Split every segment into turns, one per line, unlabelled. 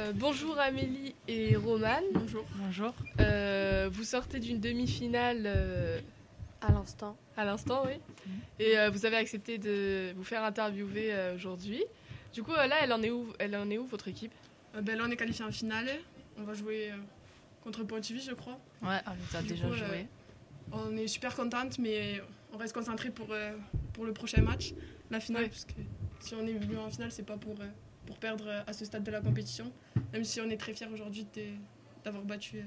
Bonjour Amélie et Romane.
Bonjour.
Bonjour.
Vous sortez d'une demi-finale
à l'instant.
À l'instant, oui. Et vous avez accepté de vous faire interviewer aujourd'hui. Du coup, là, elle en est où votre équipe?
Là, on est qualifié en finale. On va jouer contre Pontivy, je crois.
Ouais, on les a déjà joué.
On est super contente, mais on reste concentré pour le prochain match, la finale, parce que si on est venu en finale, c'est pas pour perdre à ce stade de la compétition. Même si on est très fiers aujourd'hui d'avoir battu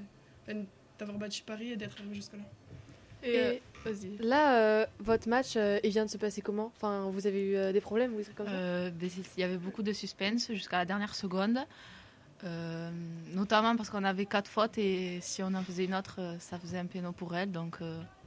Paris et d'être arrivé jusque-là.
Et
vas-y.
Là, votre match, il vient de se passer comment? Enfin, vous avez eu des problèmes ou des trucs comme ça?
Il y avait beaucoup de suspense jusqu'à la dernière seconde. Notamment parce qu'on avait 4 fautes et si on en faisait une autre, ça faisait un péno pour elle. Donc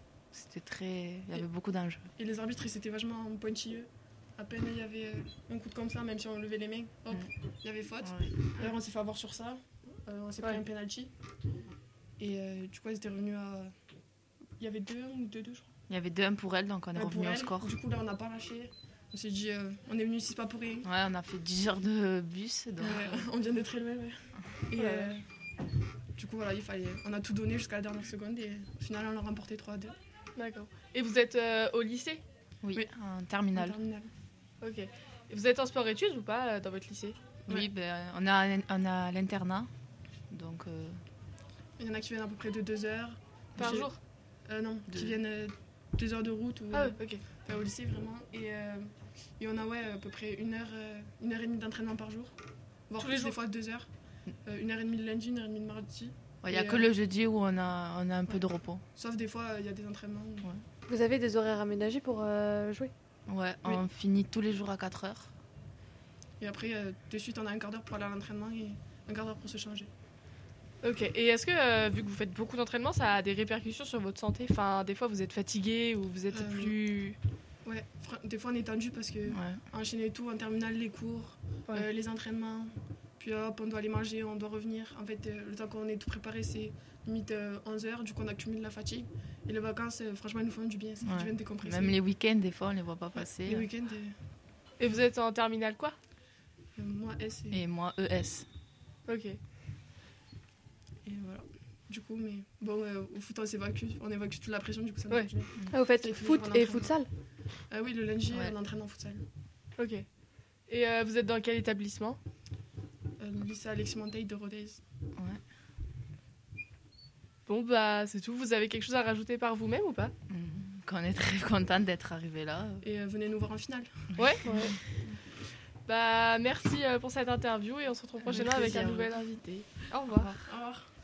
il y avait beaucoup d'enjeux.
Et les arbitres, ils étaient vachement pointilleux. À peine il y avait un coup de comme ça, même si on levait les mains, hop, il y avait faute. Ouais. D'ailleurs, on s'est fait avoir sur ça. On s'est pris un penalty. Et du coup, ils étaient revenus à... Il y avait 2-1 ou 2-2, je crois.
Il y avait 2-1 pour elle, donc on est revenu au score.
Du coup, là, on n'a pas lâché. On s'est dit, on est venu ici pas pour rien.
Ouais, on a fait 10 heures de bus. Donc...
on vient de très loin, ouais. Et du coup, voilà, on a tout donné jusqu'à la dernière seconde et au final, on a remporté 3-2.
D'accord. Et vous êtes au lycée?
Oui, en terminale.
Ok. Et vous êtes en sport-études ou pas dans votre lycée?
Oui, on a l'internat. Donc,
il y en a qui viennent à peu près de 2 heures.
Par jour?
Non, qui viennent 2 heures de route au lycée vraiment. Et on a à peu près 1 heure et demie d'entraînement par jour. Voire plus des fois 2 heures. 1h30 le lundi, 1h30 le mardi.
Il n'y a que le jeudi où on a un peu de repos.
Sauf des fois, il y a des entraînements.
Ouais. Vous avez des horaires aménagés pour jouer?
Ouais, on finit tous les jours à 4 heures.
Et après, de suite, on a un quart d'heure pour aller à l'entraînement et un quart d'heure pour se changer.
Ok, et est-ce que, vu que vous faites beaucoup d'entraînement, ça a des répercussions sur votre santé? Enfin, des fois, vous êtes fatigué ou vous êtes plus...
Ouais, des fois, on est tendu parce que enchaîner tout, en terminale, les cours, les entraînements, puis hop, on doit aller manger, on doit revenir. En fait, le temps qu'on est tout préparé, c'est limite 11h, du coup, on accumule la fatigue. Et les vacances, franchement, ils nous font du bien, ça fait du bien de décompresser.
Même les week-ends, des fois, on les voit pas passer.
Les week-ends.
Et vous êtes en terminale quoi?
Moi, S.
Et moi, ES.
Ok.
Et voilà. Du coup, mais bon, au foot, on évacue toute la pression, du coup, ça nous fait bien.
Vous faites foot et futsal?
Oui, le lundi, on entraîne en futsal.
Ok. Et vous êtes dans quel établissement?
Le lycée Alexis Monteil de Rodez.
Ouais. Bon, c'est tout. Vous avez quelque chose à rajouter par vous-même ou pas?
Qu'on est très contente d'être arrivée là.
Et venez nous voir en finale.
Ouais. Merci pour cette interview et on se retrouve prochainement avec un nouvel invité. Au revoir.
Au revoir.